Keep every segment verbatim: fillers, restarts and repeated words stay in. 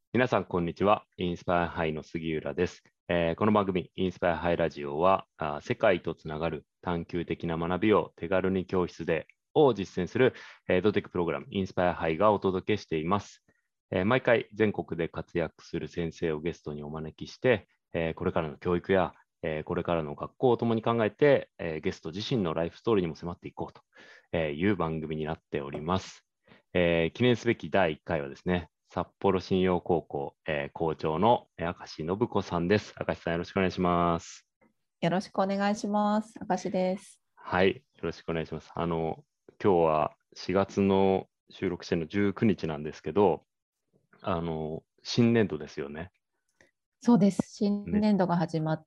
皆さん、こんにちは。インスパイアハイの杉浦です。えーこの番組、インスパイアハイラジオは、あ世界とつながる探求的な学びを手軽に教室でを実践する、えー、ドテックプログラム、インスパイアハイがお届けしています。えー毎回、全国で活躍する先生をゲストにお招きして、えーこれからの教育や、えーこれからの学校を共に考えて、えーゲスト自身のライフストーリーにも迫っていこうとえーいう番組になっております。えー記念すべきだいいっかいはですね、札幌新陽高校、えー校長のえー明石信子さんです。明石さん、よろしくお願いします。 よろしくお願いします。明石です。 はい、よろしくお願いします。あの、今日はしがつの収録してのじゅうくにちなんですけど、あの、新年度ですよね。 そうです。新め、 年度が始まって、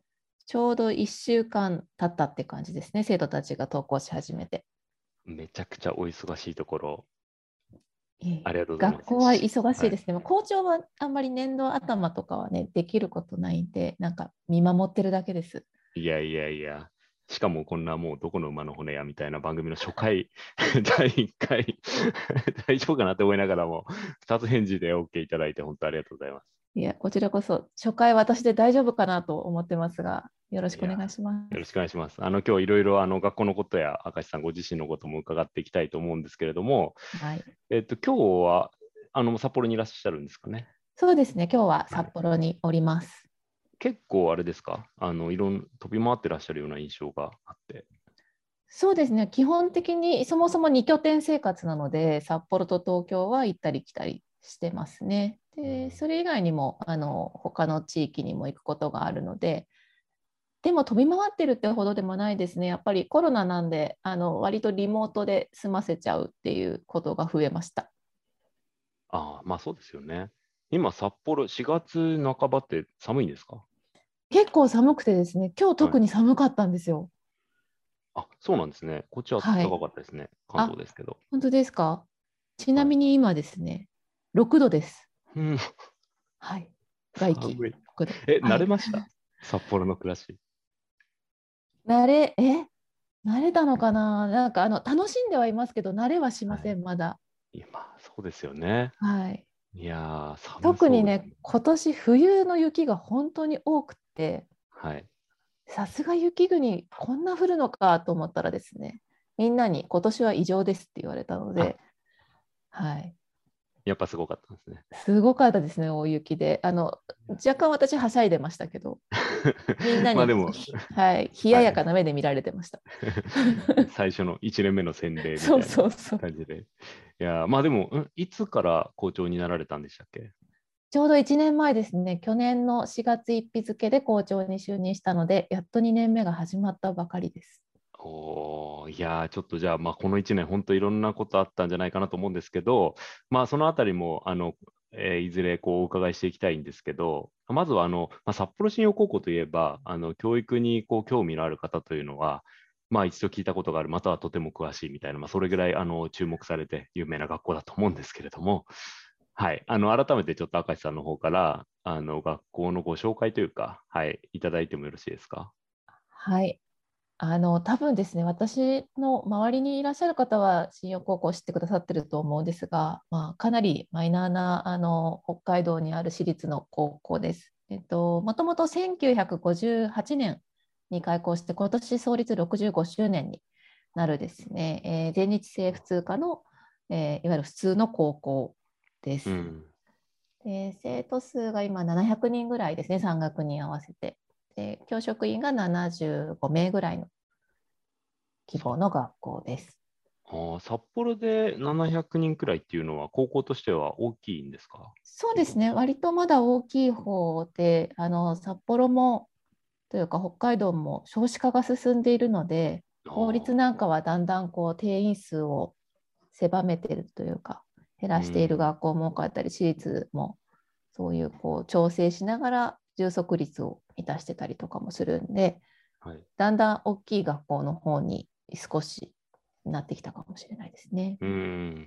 ちょうどいっしゅうかん経ったって感じですね。生徒たちが登校し始めて。 めちゃくちゃお忙しいところ、 いえありがとうございま学校はす。はい。 忙しいですね。まあ校長はあんまり年度頭とかはね、できることないんで、なんか見守ってるだけです。 いやいやいや、しかもこんなもうどこの馬の骨やみたいな番組の初回、だいいっかい大丈夫かなって思いながらも、ふたつ返事で OK いただいて本当ありがとうございます。 いや、こちらこそ、初回私で大丈夫かなと思ってますが、よろしくおいや、 願いしまよろしくおす。 願いします。あの、今日いろいろあの学校のことや明石さんご自身のことも伺っていきたいと思うんですけれども、 はい。 えっと、今日はあの札幌にいらっしゃるんですかね。 そうですね。今日ははい。 札幌におります。 結構あれですか、あの、いろん、飛び回ってらっしゃるような印象があって。 そうですね。基本的にそもそもに拠点生活なので、札幌と東京は行ったり来たりしてますね。で、 うん。 それ以外にもあの他の地域にも行くことがあるので、でも飛び回ってるってほどでもないですね。やっぱりコロナなんで、あの割とリモートで済ませちゃうっていうことが増えました。 ああ、まあそうですよね。今、札幌しがつなかばって寒いんですか？ 結構寒くてですね、今日はい。 特に寒かったんですよ。 あ、そうなんですね。こっちは暖かはい。 かったですね。関東あ、 ですけど。 本当ですか？ちなはい。 みに今ですね、ろくどです。 うん、 はい。外気寒い。 ろくど。 え、慣はい。 れました札幌の暮らし。 慣れ、え慣れたのかな。なんかあの楽しんではいますけど、慣れはしまはい。 せん、まだ。 今、そうですよね。 はい。 いやー、寒特にね、 そうですね。 今年冬の雪が本当に多くて、 はい。 さすが雪国、こんな降るのかと思ったらですね、みんなに今年は異常ですって言われたのあ、 で、はい。 やっぱすごかったんですね。 すごかったですね、大雪で。あの、若干私はしゃいでましたけど、みんなに、 まあでも、 はい、冷やはい。 やかな目で見られてました。 最初のいちねんめの洗礼みそうたいなそうそう。 感じで。いやー、まあでも、んいつから校長になられたんでしたっけ？ ちょうどいちねんまえですね、去年のしがつついたち付で校長に就任したので、やっとにねんめが始まったばかりです。 おー、いやー、ちょっとじゃあ、まあ、このいちねん、本当いろんなことあったんじゃないかなと思うんですけど、まあ、そのあたりも、あの、えーいずれこうお伺いしていきたいんですけど、まずはあの、まあ、札幌新陽高校といえば、あの教育にこう興味のある方というのは、まあ、一度聞いたことがある、またはとても詳しいみたいな、まあ、それぐらいあの注目されて有名な学校だと思うんですけれども、はい、あの改めてちょっと明石さんの方からあの学校のご紹介というか、はい、いただいてもよろしいですか？ はい。あの、多分ですね、私の周りにいらっしゃる方は、信陽高校を知ってくださってると思うんですが、まあ、かなりマイナーな、あの、北海道にある私立の高校です。えっと、もともとせんきゅうひゃくごじゅうはちねんに開校して、今年創立ろくじゅうごしゅうねんになるですね、えー全日制普通科の、えーいわゆる普通の高校です。 うん。 で、生徒数が今ななひゃくにんぐらいですね、さん学年合わせて。で、教職員がななじゅうご名ぐらいの規模の学校です。 あー札幌でななひゃくにんくにんくらいっていうのは、高校としては大きいんですか？ そうですね、割とまだ大きい方で、あの札幌もというか北海道も少子化が進んでいるので、 あ公立あ、 なんかはだんだんこう定員数を狭めているというか、減うらしているん。 学校も多かったり、私立もそういうこう調整しながら充足率を満たしてたりとかもするんで、 はい。 だんだん大きい学校の方に少しなってきたかもしれないですね。 うん、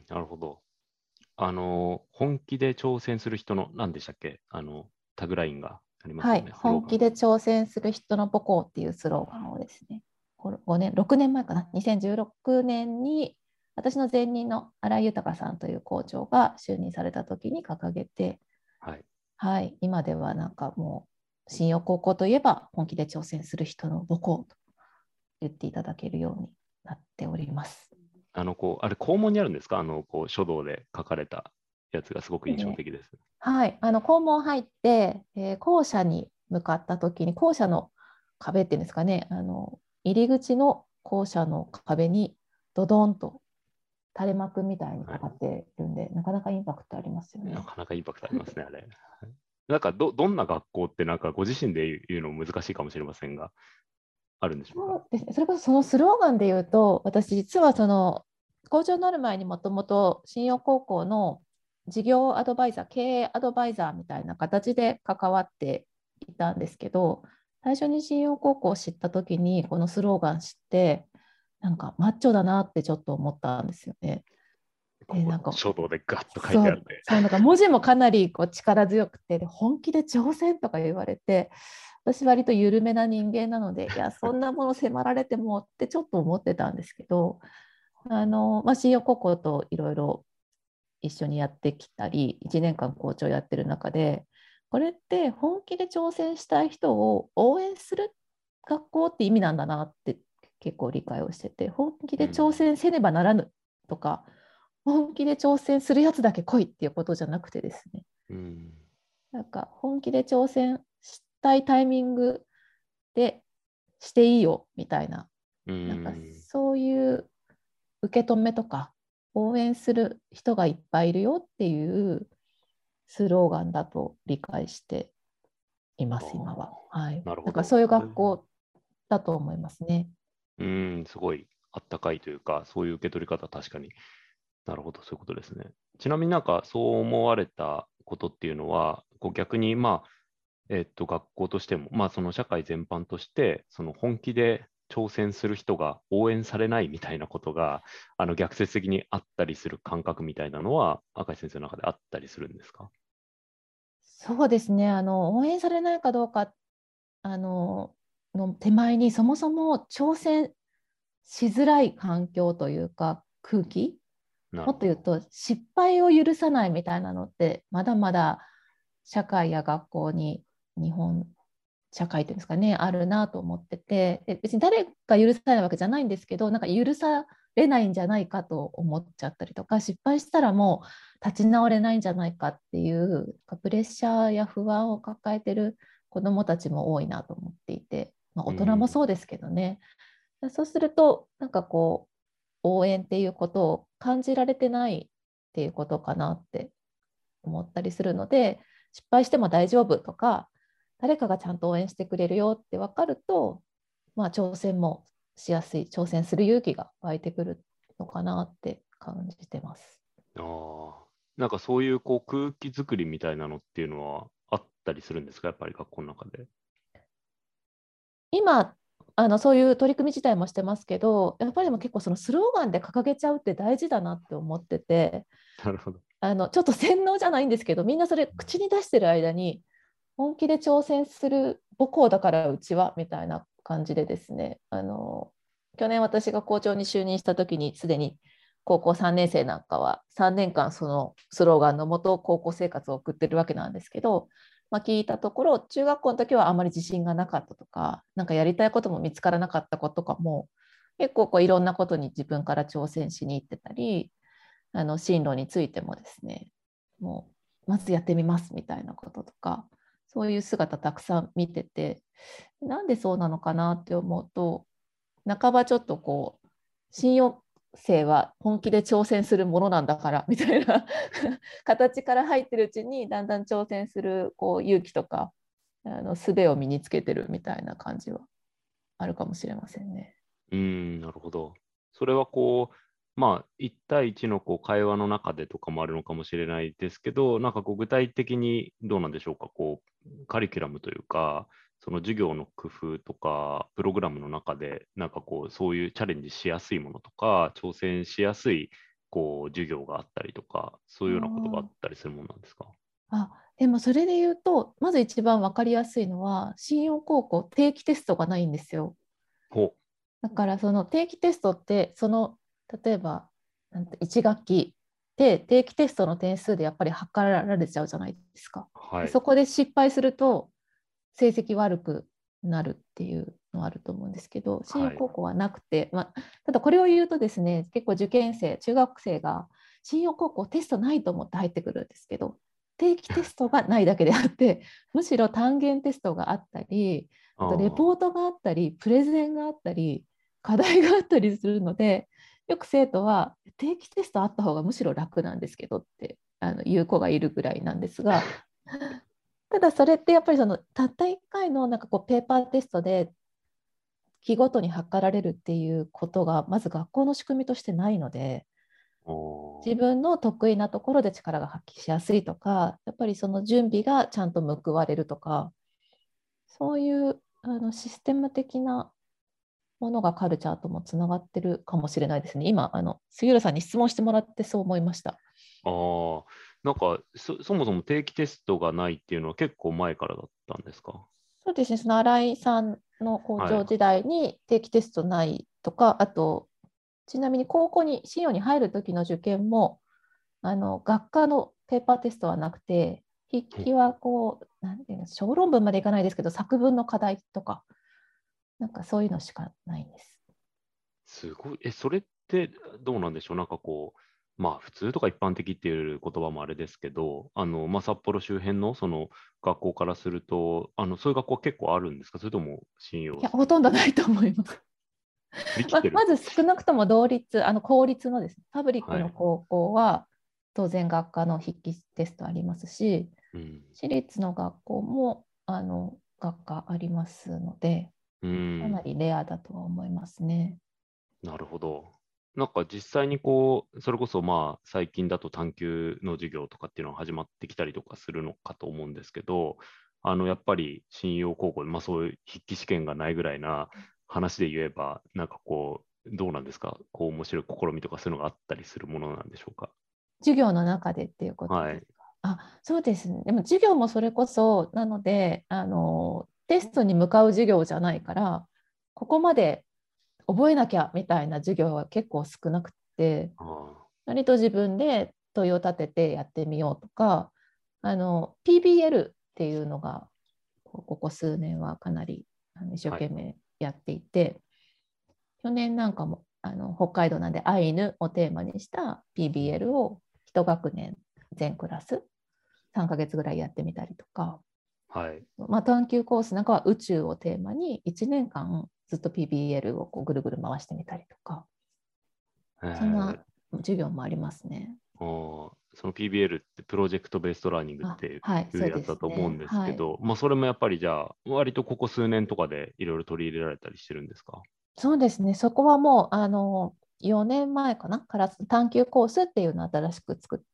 なるほど。あの、本気で挑戦する人の、何でしたっけあの、タグラインがありますはい、 よね、スローガン。 本気で挑戦する人の母校っていうスローガンをですね、ごねん、ろくねんまえかな、にせんじゅうろくねんに私の前任の新井豊さんという校長が就任された時に掲げて、 はい。 はい、今ではなんかもう信用高校といえば本気で挑戦する人の母校と言っていただけるようになっております。 あの、こう、あれ、校門にあるんですか？あの、こう、書道で書かれたやつがすごく印象でね、 的です。 はい、あの校門入って、えー校舎に向かった時に校舎の壁っていうんですかね、あの入り口の校舎の壁にドドンと垂れ幕みたいにはい。 かかってるんで、なかなかインパクトありますよね。 なかなかインパクトありますね、あれ。はい。なんかど、どんな学校って、なんかご自身で言うの難しいかもしれませんが、あるんでしょうか？ そうですね、それこそそのスローガンで言うと、私実はその校長になる前にもともと信用高校の事業アドバイザー、経営アドバイザーみたいな形で関わっていたんですけど、最初に信用高校を知った時にこのスローガン知って、なんかマッチョだなってちょっと思ったんですよね。で、 こう、 なんか書道でガッと書いそう、 てあって。 そうなんか文字もかなりこう力強くて、で本気で挑戦とか言われて、私割と緩めな人間なので、いや、そんなもの迫られてもってちょっと思ってたんですけど、あの、まあ、信用高校といろいろ一緒にやってきたり、いちねんかん校長やってる中で、これって本気で挑戦したい人を応援する学校って意味なんだなって結構理解をしてて、本気で挑うん。 戦せねばならぬとか、本気で挑戦するやつだけ来いっていうことじゃなくてですね、 うん。 なんか本気で挑戦したいタイミングでしていいよみたいな、 うなんかん。 そういう受け止めとか応援する人がいっぱいいるよっていうスローガンだと理解していまあす、今は。 あ、 はい。 なるほど。 だからそういうそれ、 学校だと思いますね。 うん、すごいあったかいというか、そういう受け取り方、確かに。なるほど、そういうことですね。ちなみになんか、そう思われたことっていうのは、こう逆に、まあ、えっと、学校としても、まあ、その社会全般として、その本気で挑戦する人が応援されないみたいなことが、あの逆説的にあったりする感覚みたいなのは、赤石先生の中であったりするんですか？ そうですね。あの応援されないかどうかあのの手前にそもそも挑戦しづらい環境というか空気、もっと言うなるほど。 と失敗を許さないみたいなのってまだまだ社会や学校に日本社会っていうんですかねあるなと思ってて、で別に誰が許さないわけじゃないんですけど、なんか許されないんじゃないかと思っちゃったりとか、失敗したらもう立ち直れないんじゃないかっていうプレッシャーや不安を抱えてる子どもたちも多いなと思っていて、まあ、大人もうん。 そうですけどね。そうするとなんかこう応援っていうことを感じられてないっていうことかなって思ったりするので、失敗しても大丈夫とか、誰かがちゃんと応援してくれるよって分かると、まあ、挑戦もしやすい、挑戦する勇気が湧いてくるのかなって感じてます。 ああ、なんかそういうこう空気作りみたいなのっていうのはあったりするんですか？やっぱり学校の中で。 今あのそういう取り組み自体もしてますけど、やっぱりでも結構そのスローガンで掲げちゃうって大事だなって思ってて、 なるほど。 あのちょっと洗脳じゃないんですけど、みんなそれ口に出してる間に本気で挑戦する母校だからうちはみたいな感じでですね、あの去年私が校長に就任した時にすでに高校さんねん生なんかはさんねんかんそのスローガンのもと高校生活を送ってるわけなんですけど、まあ、聞いたところ中学校の時はあまり自信がなかったとか、なんかやりたいことも見つからなかった子とかも結構こういろんなことに自分から挑戦しに行ってたり、あの進路についてもですね、もうまずやってみますみたいなこととか、そういう姿たくさん見てて、なんでそうなのかなって思うと、半ばちょっとこう信用生は本気で挑戦するものなんだからみたいな形から入ってるうちにだんだん挑戦するこう勇気とかあの術を身につけてるみたいな感じはあるかもしれませんね。 うーん、なるほど。それはこう、まあ、いち対いちのこう会話の中でとかもあるのかもしれないですけど、なんかこう具体的にどうなんでしょうか、こう、カリキュラムというか、その授業の工夫とか、プログラムの中で、なんかこう、そういうチャレンジしやすいものとか、挑戦しやすい、こう、授業があったりとか、そういうようなことがあったりするものなんですか？ あでもそれで言うと、まず一番分かりやすいのは、信用高校定期テストがないんですよ。 ほだからその定期テストって、その例えばなんていち学期で定期テストの点数でやっぱり測られちゃうじゃないですか。 はい。 でそこで失敗すると成績悪くなるっていうのはあると思うんですけど、信用はい。 高校はなくて、まあ、ただこれを言うとですね、結構受験生、中学生が信用高校テストないと思って入ってくるんですけど、定期テストがないだけであって、むしろ単元テストがあったり、あとレあポートがあったり、プレゼンがあったり、課題があったりするので、よく生徒は定期テストあった方がむしろ楽なんですけどってあの言う子がいるぐらいなんですが、ただそれってやっぱりそのたったいっかいのなんかこうペーパーテストで期ごとに測られるっていうことがまず学校の仕組みとしてないので、 あ、おー、 自分の得意なところで力が発揮しやすいとか、やっぱりその準備がちゃんと報われるとか、そういうあのシステム的なものがカルチャーともつながってるかもしれないですね。今あの杉浦さんに質問してもらってそう思いました。 あー、なんかそ、そもそも定期テストがないっていうのは結構前からだったんですか？ そうですね、その新井さんの校はい。 長時代に定期テストないとか、あと、ちなみに高校に、信用に入る時の受験も、あの学科のペーパーテストはなくて、筆記はこう、なんていうの、小論文までいかないですけど、作文の課題とか、なんかそういうのしかないんです。 すごい。え、それってどうなんでしょう？なんかこう、まあ普通とか一般的っていう言葉もあれですけど、あの、まあ札幌周辺のその学校からすると、あの、そういう学校は結構あるんですか？それとも信用いや、ほとんどないと思います。ま振り切ってる？ まず少なくとも同率、あの公立のです、ね、パブリックはい。 の高校は、当然学科の筆記テストありますし、 うん。 私立の学校もあの学科ありますので、 うかなん。 りレアだとは思いますね。 なるほど。なんか実際にこう、それこそまあ最近だと探究の授業とかっていうのが始まってきたりとかするのかと思うんですけど、あのやっぱり信用高校で、まあそういう筆記試験がないぐらいな話で言えば、なんかこう、どうなんですか？こう面白い試みとかそういうのがあったりするものなんでしょうか？ 授業の中でっていうことはい。 ですか。あ、そうですね。でも授業もそれこそ、なので、あの、テストに向かう授業じゃないから、ここまで覚えなきゃみたいな授業は結構少なくて、 ああ、 割と自分で問いを立ててやってみようとか、あの、ピービーエル っていうのが、ここ数年はかなりあの一生はい。 懸命やっていて、去年なんかもあの北海道なんでアイヌをテーマにした ピービーエル を一学年全クラスさんかげつぐらいやってみたりとか、 はい。 まあ、探究コースなんかは宇宙をテーマにいちねんかんずっと ピービーエル をこうぐるぐる回してみたりとか、 えそんなー、 授業もありますね。 あーその ピービーエル ってプロジェクトベーストラーニングっあ、 てはい、そうでいうやつだすね。 と思うんですはい。 けど、まあそれもやっぱりじゃあ、割とここ数年とかでいろいろ取り入れられたりしてるんですか？ そうですね。そこはもうあのよねんまえかなから探究コースっていうのを新しく作って、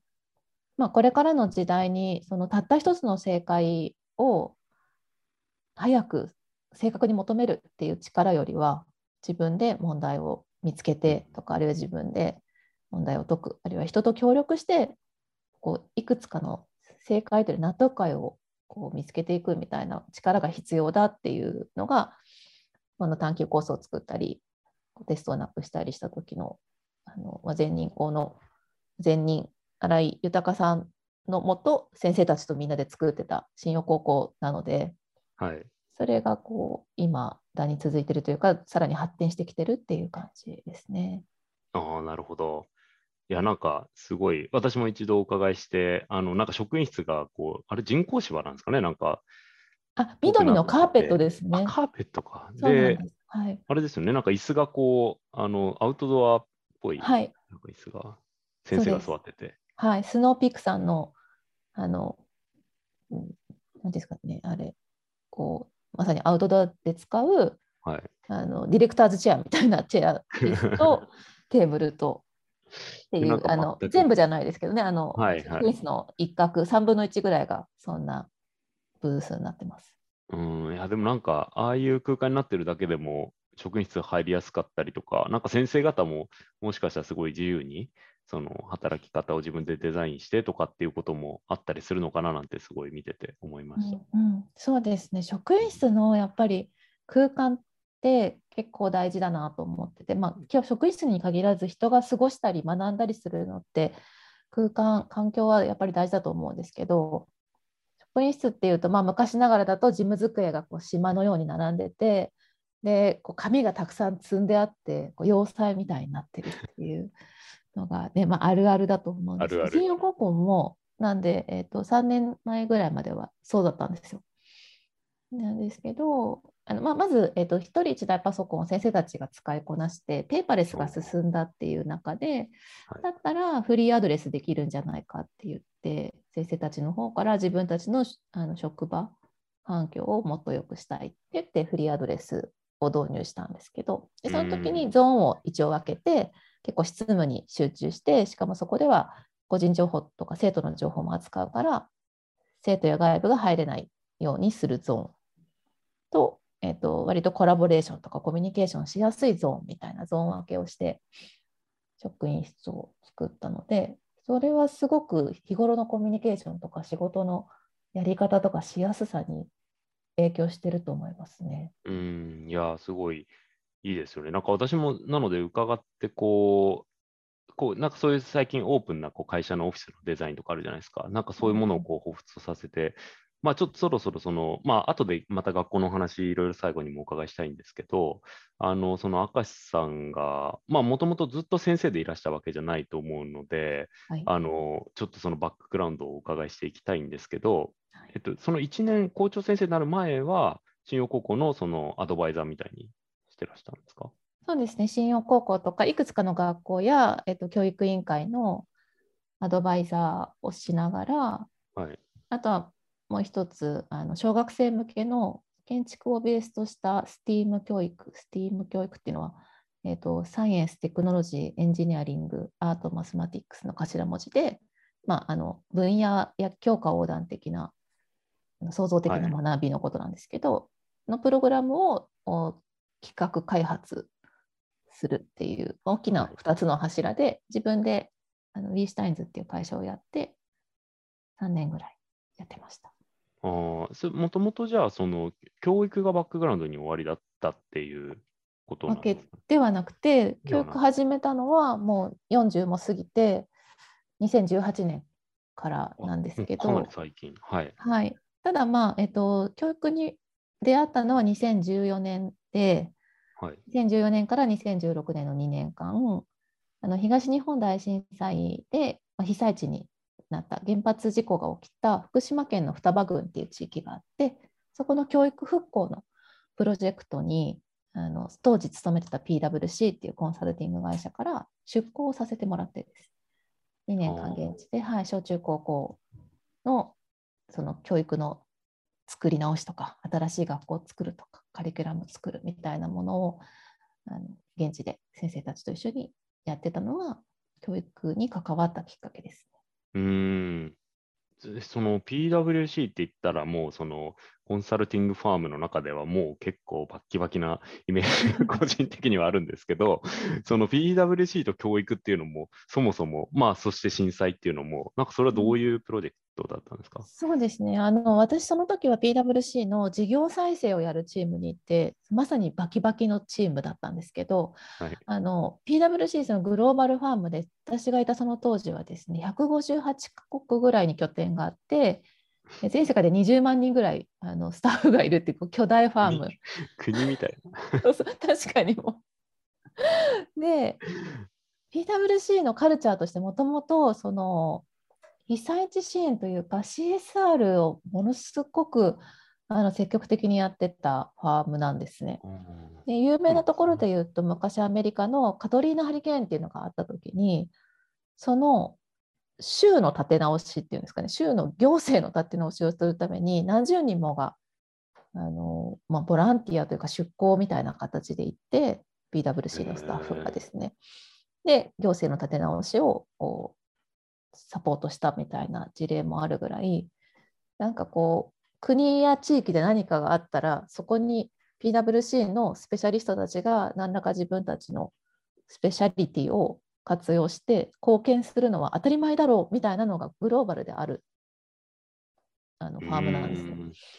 まあ、これからの時代にそのたった一つの正解を早く正確に求めるっていう力よりは、自分で問題を見つけうん。 てとか、あるいは自分で問題を解く、あるいは人と協力してこういくつかの正解という納得感をこう見つけていくみたいな力が必要だっていうのが、この探究コースを作ったりテストをなくしたりした時のあの、まあ、前任校の前任新井豊さんのもと先生たちとみんなで作ってた信用高校なので、 はい。 それがこう今だに続いているというか、さらに発展してきてるっていう感じですね。 ああ、なるほど。いや、なんか、すごい、私も一度お伺いして、あの、なんか職員室が、こう、あれ人工芝なんですかね、なんか、 あ、緑のぽくなっカーペットてて、あ、 ですね。 カーペットか。で、 そうなんです。はい。 あれですよね、なんか椅子がこう、あの、アウトドアっぽい、 はい。 なんか椅子が、先生がそうです。 座ってて。 はい。スノーピークさんの、あの、うん、なんですかね、あれ、こう、まさにアウトドアで使うはい。 あのディレクターズチェアみたいなチェア椅子とテーブルとってで、なんかいうあの全く、 全部じゃないですけどね、あのはいはい。 職員室の一角さんぶんのいちぐらいがそんなブースになってます。 うん、いや、でもなんか、ああいう空間になってるだけでも、職員室入りやすかったりとか、なんか先生方も、もしかしたらすごい自由に、その働き方を自分でデザインしてとかっていうこともあったりするのかななんてすごい見てて思いました。 うんうん、そうですね、職員室のやっぱり空間って結構大事だなと思ってて、まあ、今日職員室に限らず人が過ごしたり学んだりするのって空間環境はやっぱり大事だと思うんですけど、職員室っていうと、まあ、昔ながらだと事務机がこう島のように並んでて、でこう紙がたくさん積んであってこう要塞みたいになってるっていうのが、ね、まあ、あるあるだと思うんですけど、 あるある。 信用高校もなんで、えーと、さんねんまえぐらいまではそうだったんですよ。なんですけど、あのまあ、まず、えーと、ひとりいちだいパソコンを先生たちが使いこなして、ペーパーレスが進んだっていう中で、 はい、 だったらフリーアドレスできるんじゃないかって言って、先生たちの方から自分たちの、あの職場環境をもっと良くしたいって言って、フリーアドレスを導入したんですけど、でその時にゾーンを一応分けて、結構執務に集中して、しかもそこでは個人情報とか生徒の情報も扱うから、生徒や外部が入れないようにするゾーンと、えーと、割とコラボレーションとかコミュニケーションしやすいゾーンみたいなゾーン分けをして職員室を作ったので、それはすごく日頃のコミュニケーションとか仕事のやり方とかしやすさに影響してると思いますね。 うん、いや、すごいいいですよね。なんか私もなので伺ってこう、こうなんかそういう最近オープンなこう会社のオフィスのデザインとかあるじゃないですか。なんかそういうものをこう彷彿とさせて、まあちょっとそろそろその、まあ後でまた学校のお話いろいろ最後にもお伺いしたいんですけど、あの、その明石さんが、まあもともとずっと先生でいらしたわけじゃないと思うので、 はい、 あの、ちょっとそのバックグラウンドをお伺いしていきたいんですけど、 はい、 えっと、そのいちねん校長先生になる前は、信用高校のそのアドバイザーみたいにしてらしたんですか？ そうですね、信用高校とかいくつかの学校や、えーと、教育委員会のアドバイザーをしながら、 はい。 あとはもう一つ、あの小学生向けの建築をベースとした スティーム 教育、スティーム 教育っていうのは、えーと、サイエンス、テクノロジー、エンジニアリング、アート、マスマティックスの頭文字で、まあ、あの分野や教科横断的な創造的なはい。 学びのことなんですけど、のプログラムを企画開発するっていう大きなはい。 ふたつの柱で、自分であのウィーシュタインズっていう会社をやってさんねんぐらいやってました。 ああ、そもともとじゃあ、その、教育がバックグラウンドに終わりだったっていうことわけなんですか？ ではなくて、教育ではなく。 始めたのはもうよんじゅうも過ぎてにせんじゅうはちねんからあ、 なんですもうかなりけど、 最近。はい。 はい、ただまあ、えっと、教育に出会ったのはにせんじゅうよねんで、 はい。 にせんじゅうよねんからにせんじゅうろくねんのにねんかん、あの東日本大震災で、まあ、被災地になった原発事故が起きた福島県の双葉郡っていう地域があって、そこの教育復興のプロジェクトにあの当時勤めてた ピーダブリューシー っていうコンサルティング会社から出向させてもらってです、にねんかん現地で、はい、小中高校のその教育の作り直しとか、新しい学校を作るとか、カリキュラムを作るみたいなものをあの現地で先生たちと一緒にやってたのは、教育に関わったきっかけです。 うーん。ずその ピーダブリューシー って言ったら、もうそのコンサルティングファームの中ではもう結構バッキバキなイメージが個人的にはあるんですけど、その ピーダブリューシー と教育っていうのも、そもそも、まあ、そして震災っていうのも、なんかそれはどういうプロジェクトだったんですか？ そうですね。あの、私、その時は ピーダブリューシー の事業再生をやるチームに行って、まさにバキバキのチームだったんですけど、 はい。 あの、ピーダブリューシー そのグローバルファームで、私がいたその当時はですね、ひゃくごじゅうはちカ国ぐらいに拠点があって、全世界でにじゅうまん人ぐらいあのスタッフがいるっていう巨大ファー国、 ム。 国みたいな。 そうそう、確かにもう。で、ピーダブリューシー のカルチャーとしてもともとその被災地支援というか シーエスアール をものすごくあの積極的にやってたファームなんですね。 あーで有そう名なところなんですね。 で言うと、昔アメリカのカトリーナハリケーンっていうのがあった時に、その州の立て直しっていうんですかね、州の行政の立て直しをするために何十人もがあの、まあ、ボランティアというか出向みたいな形で行って、ピーダブリューシー のスタッフがへですね、で行政の立て直しをサポートしたみたいな事例もあるぐらい、なんかこう国や地域で何かがあったら、そこに ピーダブリューシー のスペシャリストたちが何らか自分たちのスペシャリティを活用して貢献するのは当たり前だろうみたいなのがグローバルであるあのえ。うファームなんですね。 ーん。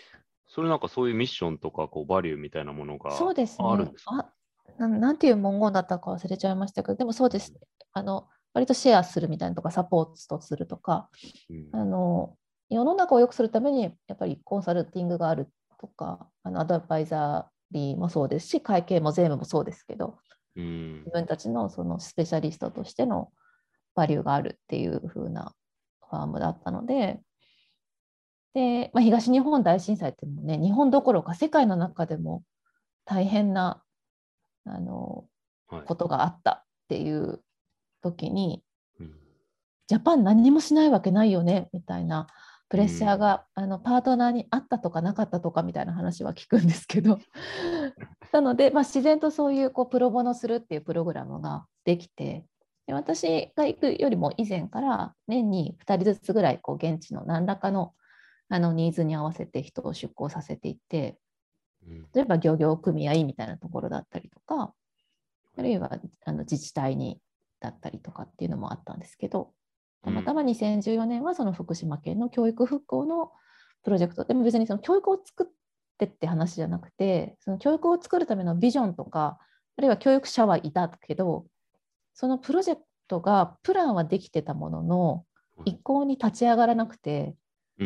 それなんかそういうミッションとかこうバリューみたいなものがそうですね。 あるんですか？ あ、な、なんていう文言だったか忘れちゃいましたけど、でもそうですね。あの、割とシェアするみたいなとか、サポートするとか、 うん。 あの、世の中を良くするために、やっぱりコンサルティングがあるとか、あのアドバイザリーもそうですし、会計も税務もそうですけど、 うん。 自分たちのそのスペシャリストとしてのバリューがあるっていう風なファームだったので、で、まあ、東日本大震災っていうのもね、日本どころか世界の中でも大変なあのはい。 ことがあったっていう時に、 うん。 ジャパン何もしないわけないよねみたいなプレッシャーうんがあのパートナーにあったとかなかったとかみたいな話は聞くんですけど、なので、まあ、自然とそういうこうプロボノするっていうプログラムができて、で私が行くよりも以前から年にふたりずつぐらいこう現地の何らかのあのニーズに合わせて人を出向させていって、 うん。 例えば漁業組合みたいなところだったりとか、あるいはあの自治体にだったりとかっていうのもあったんですけど、たまたまにせんじゅうよねんはその福島県の教育復興のプロジェクトでも、別にその教育を作ってって話じゃなくて、その教育を作るためのビジョンとか、あるいは教育者はいたけど、そのプロジェクトがプランはできてたものの一向に立ち上がらなくて、 うん。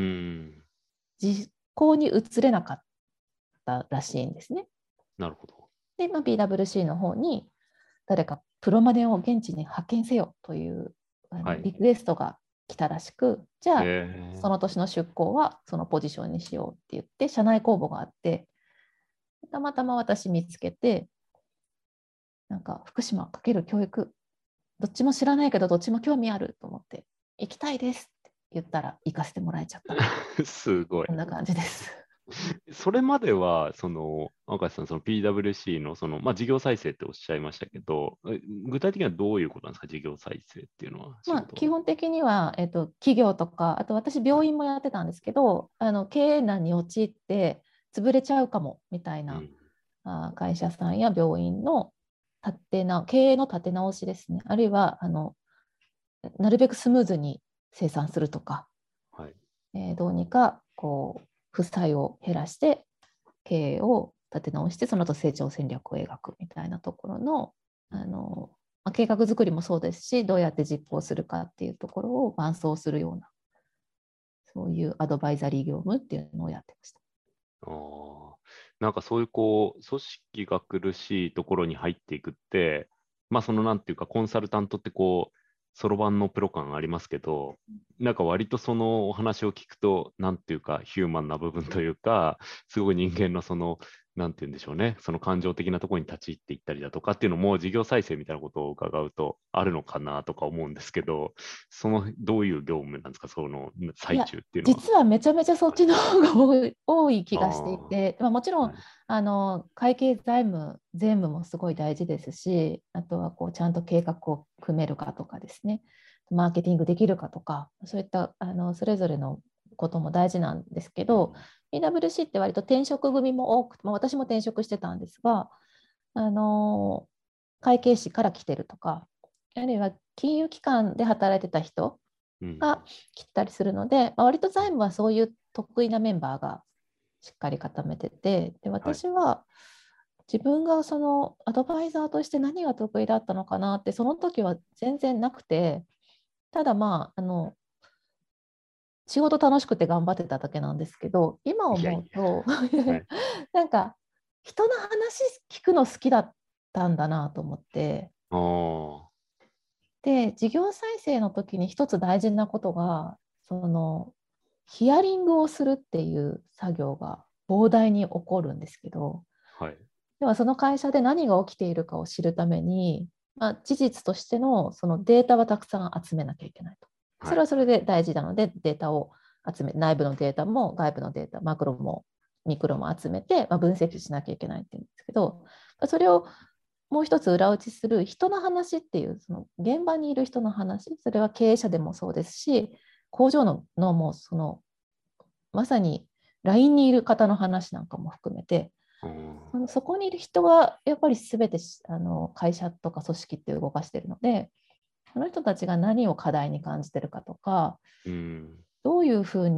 実行に移れなかったらしいんですね。 なるほど。 で、まあ、ビーダブリューシー の方に誰かプロマネを現地に派遣せよというあはい。 のリクエストが来たらしく、じゃあそえの年の出向はそのポジションにしようって言って社内公募があって、たまたま私見つけて、なんか福島×教育、どっちも知らないけどどっちも興味あると思って行きたいですって言ったら行かせてもらえちゃったっていう、 ー、すごい。 こんな感じです。 それまでは、その、赤石さん、その ピーダブリューシー の、その、まあ、事業再生っておっしゃいましたけど、え具体的にはどういうことなんですか、事業再生っていうのは、仕まあ、 事は。 基本的には、えっと、企業とか、あと私、病院もやってたんですけど、あの経営難に陥って潰れちゃうかもみたいな、 うん。 あ会社さんや病院の立てな経営の立て直しですね、あるいはあのなるべくスムーズに生産するとか、 はい。 えーどうにかこう負債を減らして経営を立て直して、その後成長戦略を描くみたいなところの、あのまあ、計画作りもそうですし、どうやって実行するかっていうところを伴走するような、そういうアドバイザリー業務っていうのをやってました。 ああ、なんかそういうこう、組織が苦しいところに入っていくって、まあそのなんていうか、コンサルタントってこう、そろばんのプロ感ありますけど、なんか割とそのお話を聞くと、なんていうか、ヒューマンな部分というか、すごい人間のその、なんていうんでしょうね、その感情的なところに立ち入っていったりだとかっていうのも、事業再生みたいなことを伺うとあるのかなとか思うんですけど、その、どういう業務なんですか、その最いや、 中っていうのは。 実はめちゃめちゃそっちの方が多い多い気あがしていあ、 て、まあ、もちろんはい。 あの会計財務、税務もすごい大事ですし、あとはこうちゃんと計画を組めるかとかですね、マーケティングできるかとか、そういったあのそれぞれのことも大事なんですけど、 うん。 ピーダブリューシー って割と転職組も多くて、まあ、私も転職してたんですが、あの会計士から来てるとか、あるいは金融機関で働いてた人うん。 が来たりするので、まあ、割と財務はそういう得意なメンバーがしっかり固めてて、ではい。 私は自分がそのアドバイザーとして何が得意だったのかなってその時は全然なくて、ただまああの仕事楽しくて頑張ってただけなんですけど、今いやい思うとや。はい。 なんか人の話聞くの好きだったんだなと思って、 ああ。 で事業再生の時に一つ大事なことが、そのヒアリングをするっていう作業が膨大に起こるんですけど、 はい。 ではその会社で何が起きているかを知るために、まあ、事実としてのそのデータはたくさん集めなきゃいけないと。そはい。 れはそれで大事なので、データを集め、内部のデータも外部のデータ、マクロもミクロも集めて、まあ、分析しなきゃいけないっていうんですけど、それをもう一つ裏打ちする人の話っていう、その現場にいる人の話、それは経営者でもそうですし、工場ののもそのまさに ライン にいる方の話なんかも含めて、 ああのそこにいる人がやっぱり全てあの会社とか組織って動かしているので、その人たちが何を課題に感じてるかとか、 ー、うん。 どういうふうに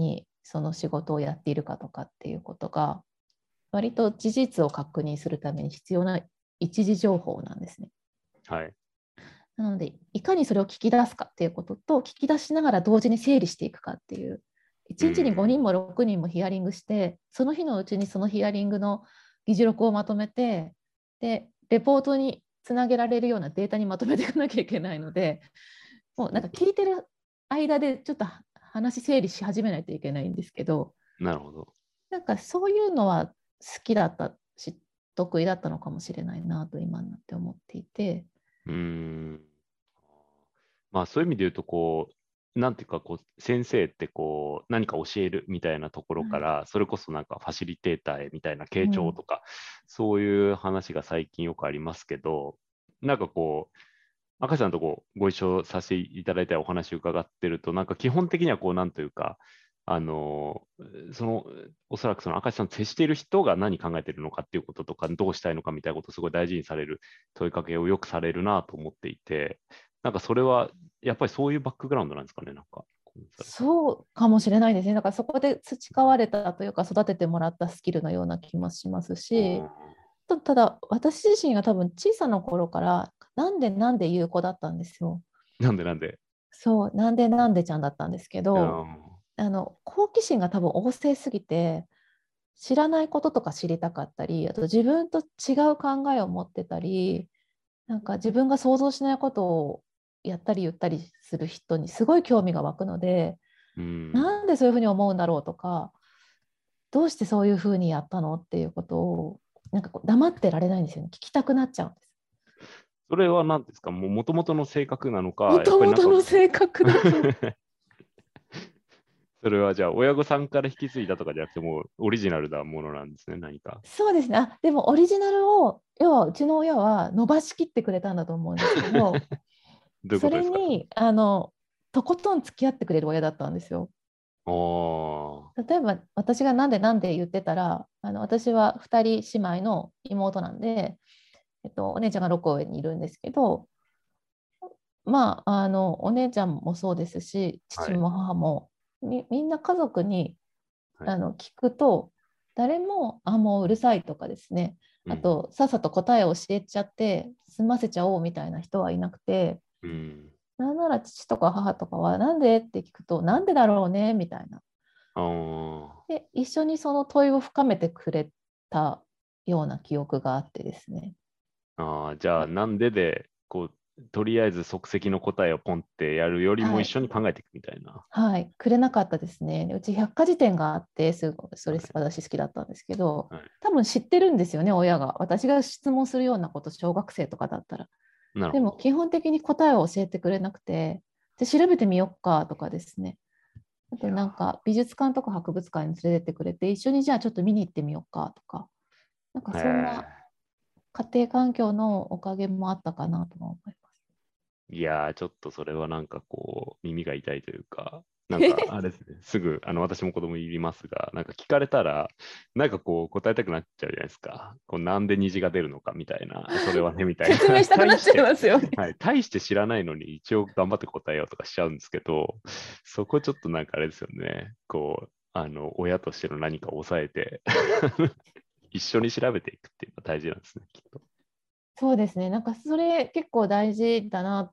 その仕事をやっているかとかっていうことが割と事実を確認するために必要な一時情報なんですね。 はい。 なのでいかにそれを聞き出すかっていうことと聞き出しながら同時に整理していくかっていういちにちにごにんもろくにんもヒアリングしてその日のうちにそのヒアリングの議事録をまとめてでレポートにつなげられるようなデータにまとめていかなきゃいけないのでもうなんか聞いてる間でちょっと話整理し始めないといけないんですけどなるほど。 なんかそういうのは好きだったし得意だったのかもしれないなと今になって思っていて。 うーん。まあそういう意味で言うと、こう、なんていうか、こう、先生ってこう、何か教えるみたいなところかはいら、それこそなんかファシリテーターへみたいな傾聴うんとか、そういう話が最近よくありますけど、なんかこう、赤井さんとこうご一緒させていただいたお話を伺ってると、なんか基本的にはこう、なんというか、あの、その、おそらくその赤井さんと接している人が何考えているのかっていうこととか、どうしたいのかみたいなことをすごい大事にされる問いかけをよくされるなと思っていて、なんかそれはやっぱりそういうバックグラウンドなんですかね、なんか。 そうかもしれないですね。だからそこで培われたというか育ててもらったスキルのような気もしますし、たただ私自身が多分小さな頃からなんでなんで言う子だったんですよ。 なんでなんで。 そう、なんでなんでちゃんだったんですけど、 うんあの好奇心が多分旺盛すぎて、知らないこととか知りたかったり、あと自分と違う考えを持ってたり、なんか自分が想像しないことをやったり言ったりする人にすごい興味が湧くので、 うんなんでそういうふうに思うんだろうとか、どうしてそういうふうにやったのっていうことを、なんかこう黙ってられないんですよね。聞きたくなっちゃうんです。 それは何ですか、もともとの性格なのか、やっもとぱりなんかもとの性格だと。 それはじゃあ親御さんから引き継いだとかじゃなくて、もうオリジナルなものなんですね、何か。 そうですね。あ、でもオリジナルを、要はうちの親は伸ばしきってくれたんだと思うんですけど、 どういうこそとですか。 れに、あの、とことん付き合ってくれる親だったんですよ。 あ例えば私がなんでなんで言ってたら、あの私はふたり姉妹の妹なんで、えっと、お姉ちゃんがろくこ上にいるんですけど、まあ、あのお姉ちゃんもそうですし、 あ、はい、 父も母もみ、みんな家族にはい。 あの聞くと、誰も、あ、もううるさいとかですね、 うん、 あと、さっさと答えを教えちゃって、済ませちゃおうみたいな人はいなくて、 うん。 なんなら父とか母とかは、なんでって聞くと、なんでだろうねみたいな。 ああ、 で、一緒にその問いを深めてくれたような記憶があってですね。 ああ、じゃあ、なんでで、こう、とりあえず即席の答えをポンってやるよりもはい。 一緒に考えていくみたいな。 はい。くれなかったですね。うち百科事典があって、すごいそれはい、 私好きだったんですけど、 はい。 多分知ってるんですよね、親が。私が質問するようなこと、小学生とかだったら。でもなるほど。 基本的に答えを教えてくれなくて、で調べてみよっかとかですね。あといやなんか美術館とか博物館に連れてってくれて、一緒にじゃあちょっと見に行ってみようかとか、なんかー、へそんなえ。 家庭環境のおかげもあったかなと思います。 いやー、ちょっとそれはなんかこう、耳が痛いというか、なんかあれですね、すぐ、あの、私も子供いりますが、なんか聞かれたら、なんかこう、答えたくなっちゃうじゃないですか。こうなんで虹が出るのかみたいな、それはね、みたいな。 説明したくなっちゃい大して、 ますよね。 はい、大して知らないのに一応頑張って答えようとかしちゃうんですけど、そこちょっとなんかあれですよね、こう、あの、親としての何かを抑えて一緒に調べていくっていうのが大事なんですね、きっと。 そうですね。なんかそれ結構大事だなって、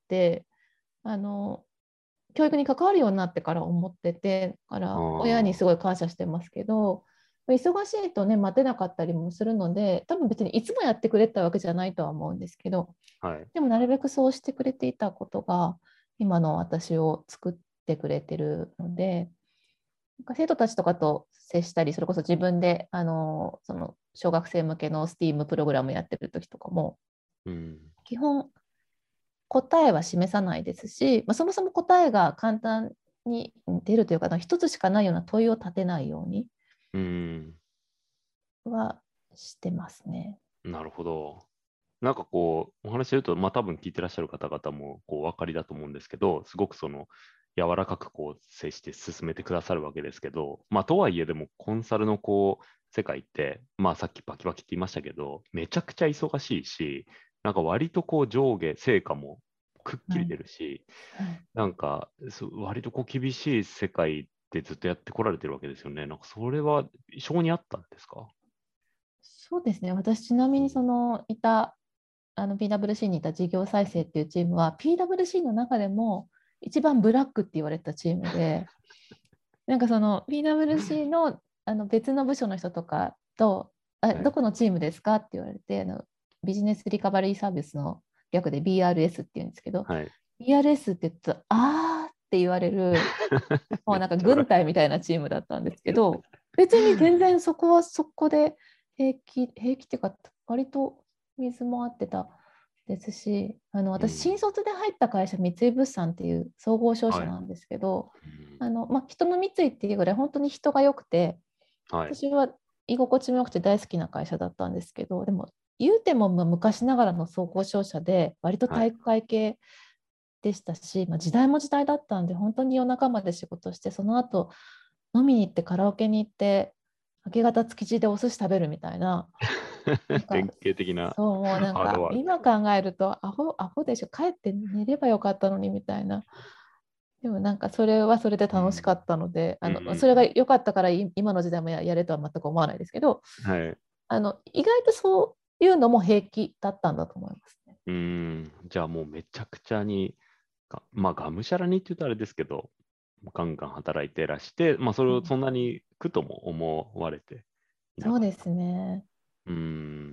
あの、教育に関わるようになってから思ってて、だかあら親にすあ、 ごい感謝してますけど、忙しいとね、待てなかったりもするので、多分別にいつもやってくれたわけじゃないとは思うんですけど、 はい。 でもなるべくそうしてくれていたことが、今の私を作ってくれてるので、なんか生徒たちとかと接したり、それこそ自分であのその小学生向けの スティーム プログラムやってる時とかも、 うん。 基本答えは示さないですし、まあ、そもそも答えが簡単に出るというか、一つしかないような問いを立てないようにうん。 はしてますね。 なるほど。なんかこう、お話しすると、まあ多分聞いてらっしゃる方々もこうお分かりだと思うんですけど、すごくその柔らかくこう接して進めてくださるわけですけど、まあとはいえでもコンサルのこう世界って、まあさっきバキバキって言いましたけど、めちゃくちゃ忙しいし、なんか割とこう上下、成果もくっきりはい。 出るし、 はい。 なんかそう割とこう厳しい世界でずっとやってこられてるわけですよね。なんかそれは性にあったんですか？ そうですね。私、ちなみにそのいたあの ピーダブリューシー にいた事業再生っていうチームは ピーダブリューシー の中でも一番ブラックって言われたチームで、なんかその ピーダブリューシー の, あの別の部署の人とかとあはい。 どこのチームですかって言われて、あのビジネスリカバリーサービスの略で ビーアールエス っていうんですけど、 はい。 ビーアールエス って言うとあーって言われる、もうなんかめっちゃブラック。 軍隊みたいなチームだったんですけど、別に全然そこはそこで平気、平気っていうか、割と水も合ってたですし、あの私、 うん。 新卒で入った会社、三井物産っていう総合商はい。 社なんですけど、 うん、 あのまあ、人の三井っていうぐらい本当に人が良くて、 はい。 私は居心地も良くて大好きな会社だったんですけど、でも言うてもまあ昔ながらの総合商社で割とはい。 体育会系でしたし、まあ、時代も時代だったんで本当に夜中まで仕事して、その後飲みに行ってカラオケに行って明け方築地でお寿司食べるみたいな、なんか典型的なそうもうなんハードワーク。 か今考えるとアホアホでしょ、帰って寝ればよかったのにみたいな。でもなんかそれはそれでうん。 楽しかったので、あうのそれがん。 良かったから今の時代もややれとは全く思わないですけど、 はい。 あの意外とそういうのも平気だったんだと思いますね。 うん。じゃあもうめちゃくちゃに、がまあ、がむしゃらにって言うとあれですけど、ガンガン働いてらして、まあ、それをそんなに苦とも思われていなかった。 そうですね。 うん。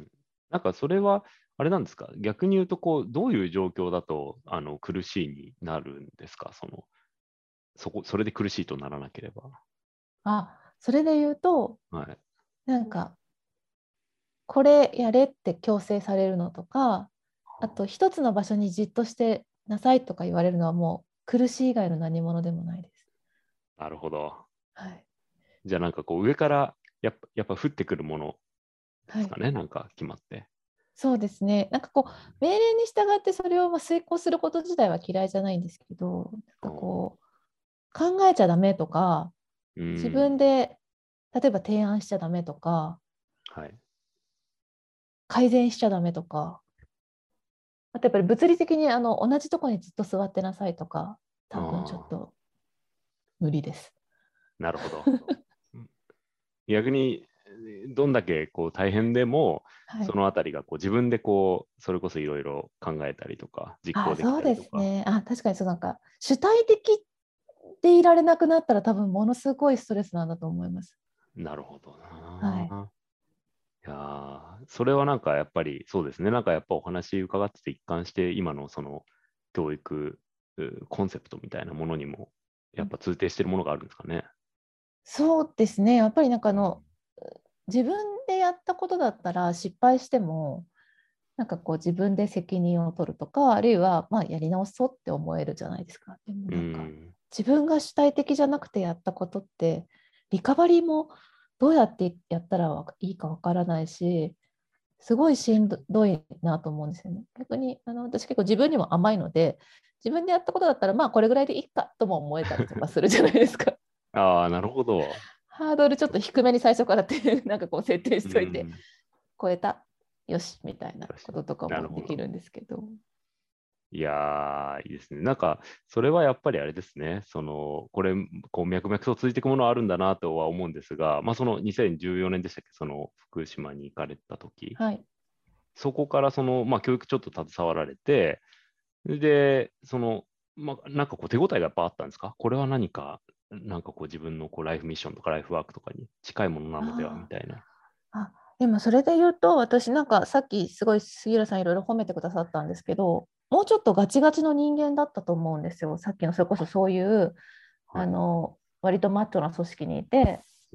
なんかそれは、あれなんですか、逆に言うと、こう、どういう状況だと、あの、苦しいになるんですか、その、そこ、それで苦しいとならなければ。 あ、それで言うと、 はい。 なんかこれやれって強制されるのとか、あと一つの場所にじっとしてなさいとか言われるのはもう苦しい以外の何物でもないです。 なるほど。 はい。 じゃあなんかこう、上からやっぱ、やっぱ降ってくるものではい。 すかね、なんか決まって。 そうですね。なんかこう、命令に従ってそれをまあ遂行すること自体は嫌いじゃないんですけど、なんあかーこう、考えちゃダメとか、 う自分ん。 で例えば提案しちゃダメとか、 はい。 改善しちゃダメとか、あとやっぱり物理的にあの同じとこにずっと座ってなさいとか、多分ちょっああ、 と無理です。 なるほど。逆に、どんだけこう大変でも、 はい。 そのあたりがこう自分でこう、それこそいろいろ考えたりとか、実あ、 行できそうでたりとか。 すね。あ、確かにそうなんか主体的でいられなくなったら多分ものすごいストレスなんだと思います。 なるほどはい。 な。いやー、それはなんかやっぱりそうですね。なんかやっぱお話伺ってて一貫して今のその教育うコンセプトみたいなものにもやっぱ通底してるものがあるんですかね。 そうですね。やっぱりなんかあうん。 の自分でやったことだったら失敗してもなんかこう自分で責任を取るとか、あるいはまあやり直そうって思えるじゃないですか。でもうなんかん。 自分が主体的じゃなくてやったことってリカバリーもどうやってやったらいいかわからないし、すごいしんどいなと思うんですよね。逆にあの私結構自分にも甘いので、自分でやったことだったらまあこれぐらいでいいかとも思えたりとかするじゃないですか。 ああ、なるほど。 ハードルちょっと低めに最初からってなんかこう設定うしといて、 ん。 超えた、よしみたいな確かに。 こととかなるほど。 もできるんですけど。 いやー、いいですね。なんか、それはやっぱりあれですね。その、これ、こう、脈々と続いていくものはあるんだなとは思うんですが、まあ、そのにせんじゅうよねんでしたっけ、その福島に行かれた時、 はい。 そこからその、まあ、教育ちょっと携わられて、で、その、まあ、なんかこう手応えがやっぱあったんですか？これは何か、なんかこう自分のこうライフミッションとかライフワークとかに近いものなのではみあたいな。 あ、あ、でもそれで言うと、私なんかさっきすごい杉浦さんいろいろ褒めてくださったんですけど、もうちょっとガチガチの人間だったと思うんですよ。さっきのそれこそそういうあはい。 の割とマッチョな組織にいて、 うん。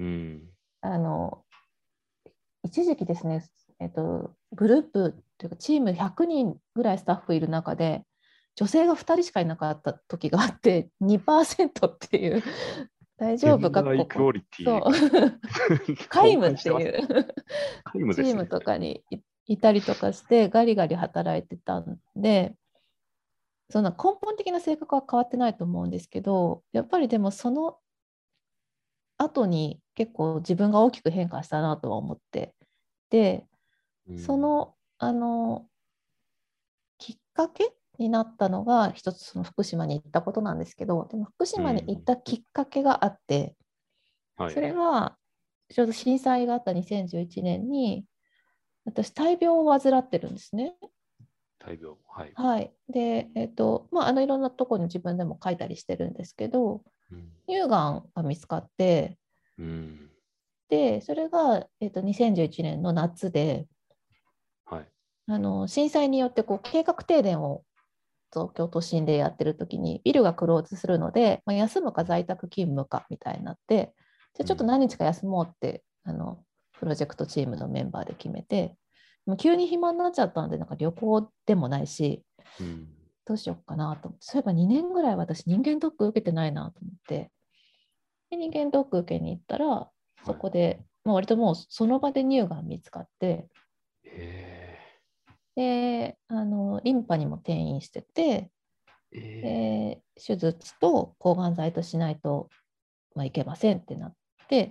あの一時期ですね、えっと、グループというかチームひゃくにんぐらいスタッフいる中で、女性がふたりしかいなかった時があって、にパーセントっていう、大ジェ丈夫ンダーイかここ、 クオリテそう、 ィが崩皆無ってい壊してますね。 う皆無ですね。 チームとかにいいたりとかして、ガリガリ働いてたんで、そんな根本的な性格は変わってないと思うんですけど、やっぱりでもその後に結構自分が大きく変化したなとは思って、で、 うん。 その、あの、きっかけになったのが一つ、その福島に行ったことなんですけど、でも福島に行ったきっかけがあって、 うん、はい。 それがちょうど震災があったにせんじゅういちねんに、私大病を患ってるんですね。 大病。はい。 はい。で、えっと、まあ、あのいろんなところに自分でも書いたりしてるんですけど、 うん。 乳がんが見つかって、 うん。 で、それが、えっと、にせんじゅういちねんの夏で、 はい。 あの震災によってこう計画停電を東京都心でやってる時にビルがクローズするので、まあ、休むか在宅勤務かみたいになって、じゃあちょっと何日か休もうってあのプロジェクトチームのメンバーで決めて、もう急に暇になっちゃったんで、なんか旅行でもないし、 うん。 どうしようかなと思って、そういえばにねんぐらい私人間ドック受けてないなと思って、で人間ドック受けに行ったら、そはい。 こで、まあ、割ともうその場で乳がん見つかって、 えであのリンパにも転移してて、 ー、えで手術と抗がん剤としないと、まあ、いけませんってなって、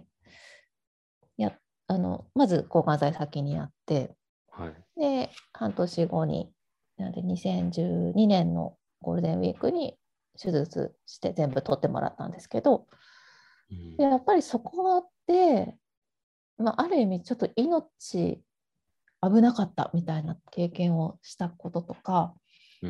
やあのまず抗がん剤先にやって、 ー、はい。 で半年後に、なのでにせんじゅうにねんのゴールデンウィークに手術して全部取ってもらったんですけど、 うん。 でやっぱりそこで、まあ、ある意味ちょっと命危なかったみたいな経験をしたこととか、 うん。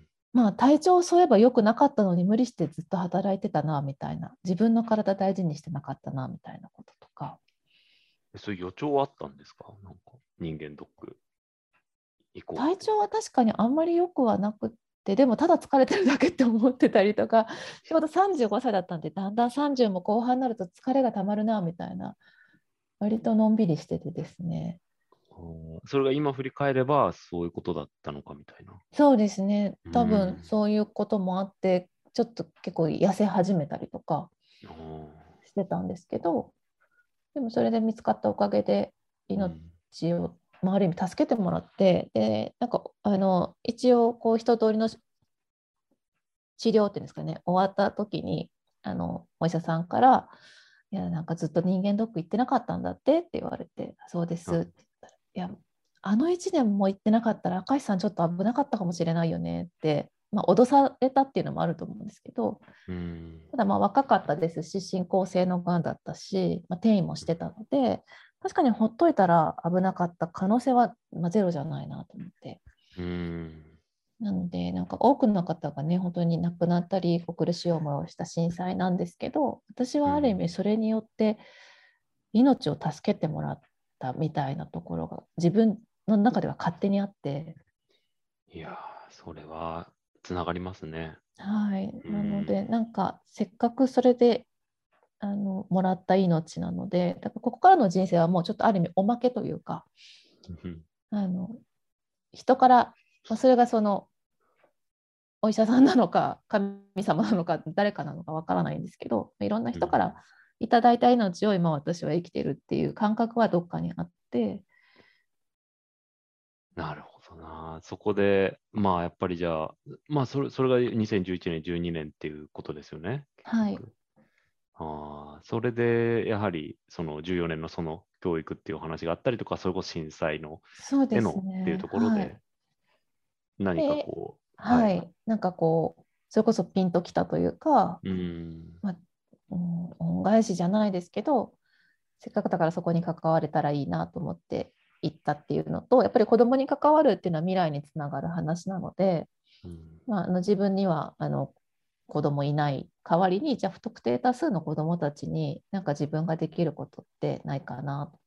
まあ、体調そういえば良くなかったのに無理してずっと働いてたなみたいな、自分の体大事にしてなかったなみたいなこととか。 そういう予兆はあったんですか？なんか人間ドック行こうって。 体調は確かにあんまり良くはなくって、でもただ疲れてるだけって思ってたりとか、ちょうどさんじゅうごさいだったんで、だんだんさんじゅうも後半になると疲れがたまるなみたいな、割とのんびりしててですね。 あーそれが今振り返ればそういうことだったのかみたいな。 そうですね、 う多分ん。 そういうこともあって、ちょっと結構痩せ始めたりとかあーしてたんですけど、でもそれで見つかったおかげでうん。 命を、まあ、ある意味助けてもらって、でなんかあの一応こう一通りの治療っていうんですかね、終わった時にあのお医者さんから、いやなんかずっと人間ドック行ってなかったんだってって言われて、そうですって言ったら、いやあのいちねんも行ってなかったら赤石さんちょっと危なかったかもしれないよねって、まあ、脅されたっていうのもあると思うんですけど、 うん。 ただまあ若かったですし、進行性のがんだったし、まあ、転移もしてたので、確かにほっといたら危なかった可能性は、まあ、ゼロじゃないなと思って。 うん。 なので、なんか多くの方がね、本当に亡くなったり、苦しい思いをした震災なんですけど、私はある意うん。 味それによって命を助けてもらったみたいなところが自分の中では勝手にあって、 いやー、それはつながりますね。 はい。 うん。 なので、なんかせっかくそれであのもらった命なので、だからここからの人生はもうちょっとある意味おまけというか、 うんあの人から、まあ、それがそのお医者さんなのか神様なのか誰かなのかわからないんですけど、いろんなうん。 人からいただいた命を今私は生きてるっていう感覚はどっかにあって、 なるほどな。そこで、まあやっぱりじゃあ、まあそれ、それがにせんじゅういちねん、じゅうにねんっていうことですよね、結はい、 局。ああ、それでやはりそのじゅうよねんのその教育っていうお話があったりとか、それこそ震災のそうでですね、 のっていうところはい。 で、何かで、 こう、はい。 はい、なんかこう、それこそピンときたというか、 うん、 まあ、うん、恩返しじゃないですけど、せっかくだからそこに関われたらいいなと思って行ったっていうのと、やっぱり子供に関わるっていうのは未来につながる話なので、 うん、 まあ、あの自分にはあの子供いない代わりに、じゃあ不特定多数の子供たちになんか自分ができることってないかなと思って、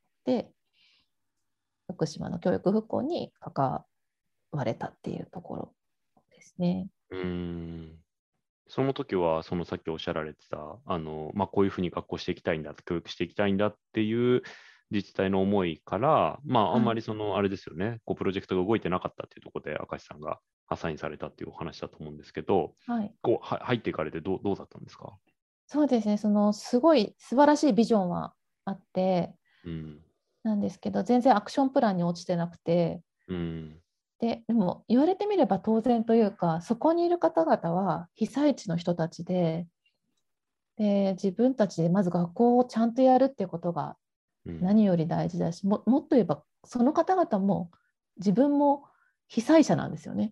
福島の教育復興に関われたっていうところですね。 うん。その時は、そのさっきおっしゃられてた、あの、まあ、こういうふうに学校していきたいんだ、教育していきたいんだっていう自治体の思いから、まあ、あんはい。 まりその、あれですよね、こう、プロジェクトが動いてなかったっていうところで、明石さんがアサインされたっていうお話だと思うんですけど、 はい。 こう、は入っていかれてどう、どうだったんですか？ そうですね。そのすごい素晴らしいビジョンはあって、 うん、 なんですけど、全然アクションプランに落ちてなくて、 うん、 で、でも言われてみれば当然というか、そこにいる方々は被災地の人たちで、で、自分たちでまず学校をちゃんとやるっていうことがうん、 何より大事だし、も、もっと言えば、その方々も自分も被災者なんですよね。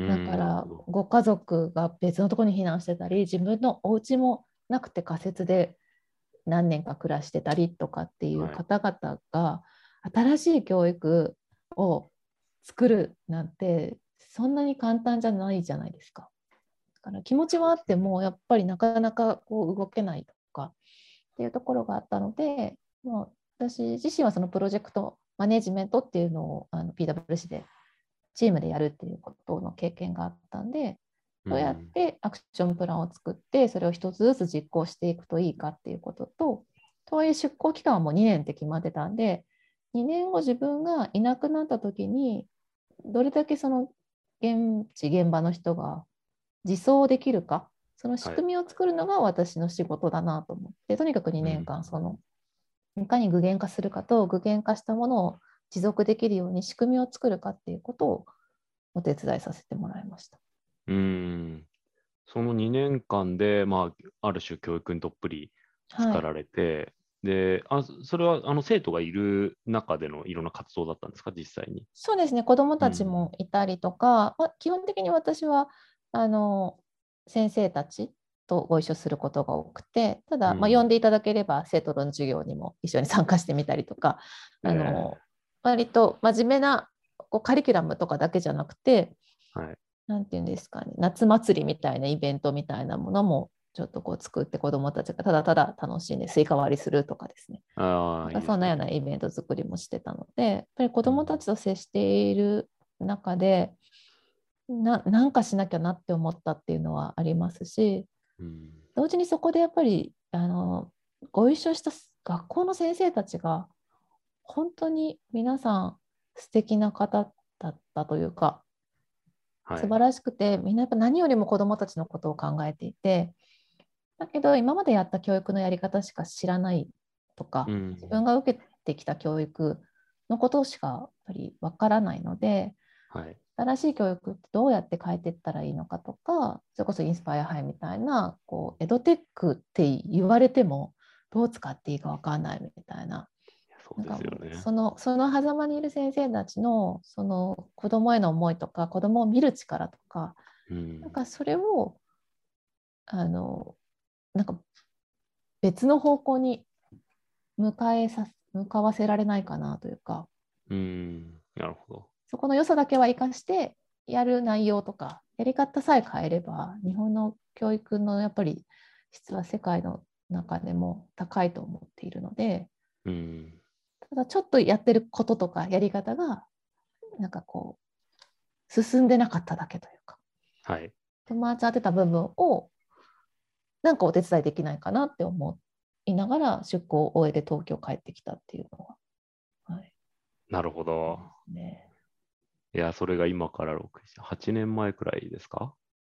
だからご家族が別のところに避難してたり、自分のお家もなくて仮設で何年か暮らしてたりとかっていう方々が新しい教育を作るなんてそんなに簡単じゃないじゃないですか。だから気持ちはあってもやっぱりなかなかこう動けないとかっていうところがあったので、まあ、私自身はそのプロジェクトマネジメントっていうのをあの ピーダブリューシー でチームでやるっていうことの経験があったんで、どうやってアクションプランを作ってそれを一つずつ実行していくといいかっていうことと、とはいえ出向期間はもうにねんって決まってたんで、にねんご自分がいなくなった時にどれだけその現地現場の人が自走できるか、その仕組みを作るのが私の仕事だなと思って、はい、とにかくにねんかんそのいかに具現化するかと具現化したものを持続できるように仕組みを作るかっていうことをお手伝いさせてもらいました。 うーん、そのにねんかんで、まあ、ある種教育にどっぷり浸かられて、はい、であそれはあの生徒がいる中でのいろんな活動だったんですか、実際に。 そうですね、子どもたちもいたりとか、うん、まあ、基本的に私はあの先生たちとご一緒することが多くて、ただ、うん、まあ、呼んでいただければ生徒の授業にも一緒に参加してみたりとか、あの割と真面目なこうカリキュラムとかだけじゃなくて、 はい、 なんていうんですかね、夏祭りみたいなイベントみたいなものもちょっとこう作って子どもたちがただただ楽しんでスイカ割りするとかですね、 あなんかそんなようなイベント作りもしてたので、やっぱり子どもたちと接している中で、うん、な, なんかしなきゃなって思ったっていうのはありますし、うん、同時にそこでやっぱりあのご一緒した学校の先生たちが本当に皆さん素敵な方だったというか、はい、素晴らしくて、みんなやっぱ何よりも子どもたちのことを考えていて、だけど今までやった教育のやり方しか知らないとか、うん、自分が受けてきた教育のことしかやっぱりわからないので、はい、新しい教育ってどうやって変えていったらいいのかとか、それこそインスパイアハイみたいなこうエドテックって言われてもどう使っていいかわからないみたいな、 そうですよね、 そのその狭間にいる先生たちのその子どもへの思いとか子どもを見る力とか、うん、なんかそれをあのなんか別の方向に向かえさ向かわせられないかなというか、 うん、なるほど。 そこの良さだけは生かしてやる内容とかやり方さえ変えれば日本の教育のやっぱり質は世界の中でも高いと思っているので、うん、ただちょっとやってることとかやり方がなんかこう進んでなかっただけというか、 はい、 友達当てた部分をなんかお手伝いできないかなって思いながら出向を終えて東京帰ってきたっていうのは、はい、 なるほど、ね、いやそれが今からろく、はちねんまえくらいですか。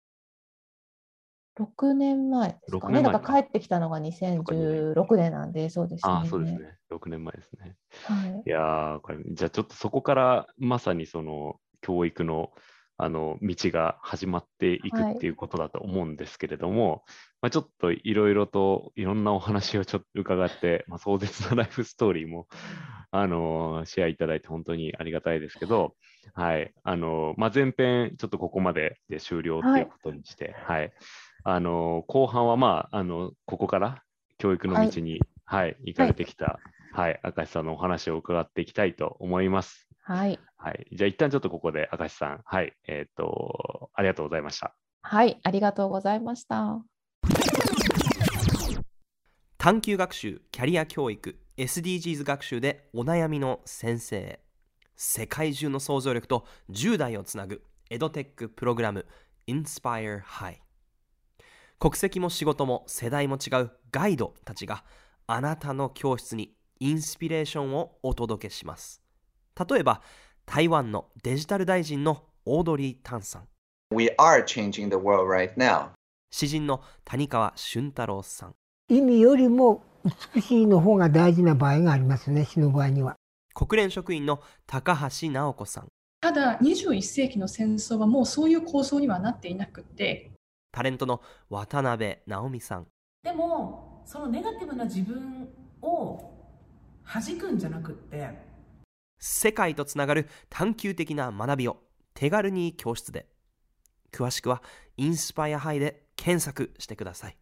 ろくねんまえですかね。だから帰ってきたのがにせんじゅうろくねんなんで、そうですね。 ああ、そうですね。ろくねんまえですね。 はい。 いやこれ、じゃあちょっとそこからまさにその教育のあの道が始まっていくっていうことだと思うんですけれども、はい、まあ、ちょっといろいろといろんなお話をちょっと伺って、まあ、壮絶なライフストーリーもあのシェアいただいて本当にありがたいですけど、はいあのまあ、前編ちょっとここまでで終了っていうことにして、はい、はい、あの後半は、まあ、あのここから教育の道に、はいはい、行かれてきた、はい、明石さんのお話を伺っていきたいと思います。 はい。 はい、じゃあ一旦ちょっとここで明石さん、はい、えっと、ありがとうございました。 はい、ありがとうございました。 探究学習、キャリア教育、エスディージーズ 学習でお悩みの先生。世界中の想像力とじゅう代をつなぐエドテックプログラム Inspire High。国籍も仕事も世代も違うガイドたちがあなたの教室にインスピレーションをお届けします。例えば台湾のデジタル大臣のオードリー・タンさん、 We are changing the world right now。 詩人の谷川俊太郎さん、 意味よりも美しいの方が大事な場合がありますね、詩の場合には。 国連職員の高橋直子さん、 ただにじゅういっ世紀の戦争はもうそういう構想にはなっていなくて、 タレントの渡辺直美さん、 でもそのネガティブな自分を弾くんじゃなくって、 世界とつながる探究的な学びを手軽に教室で。 詳しくはインスパイアハイで検索してください。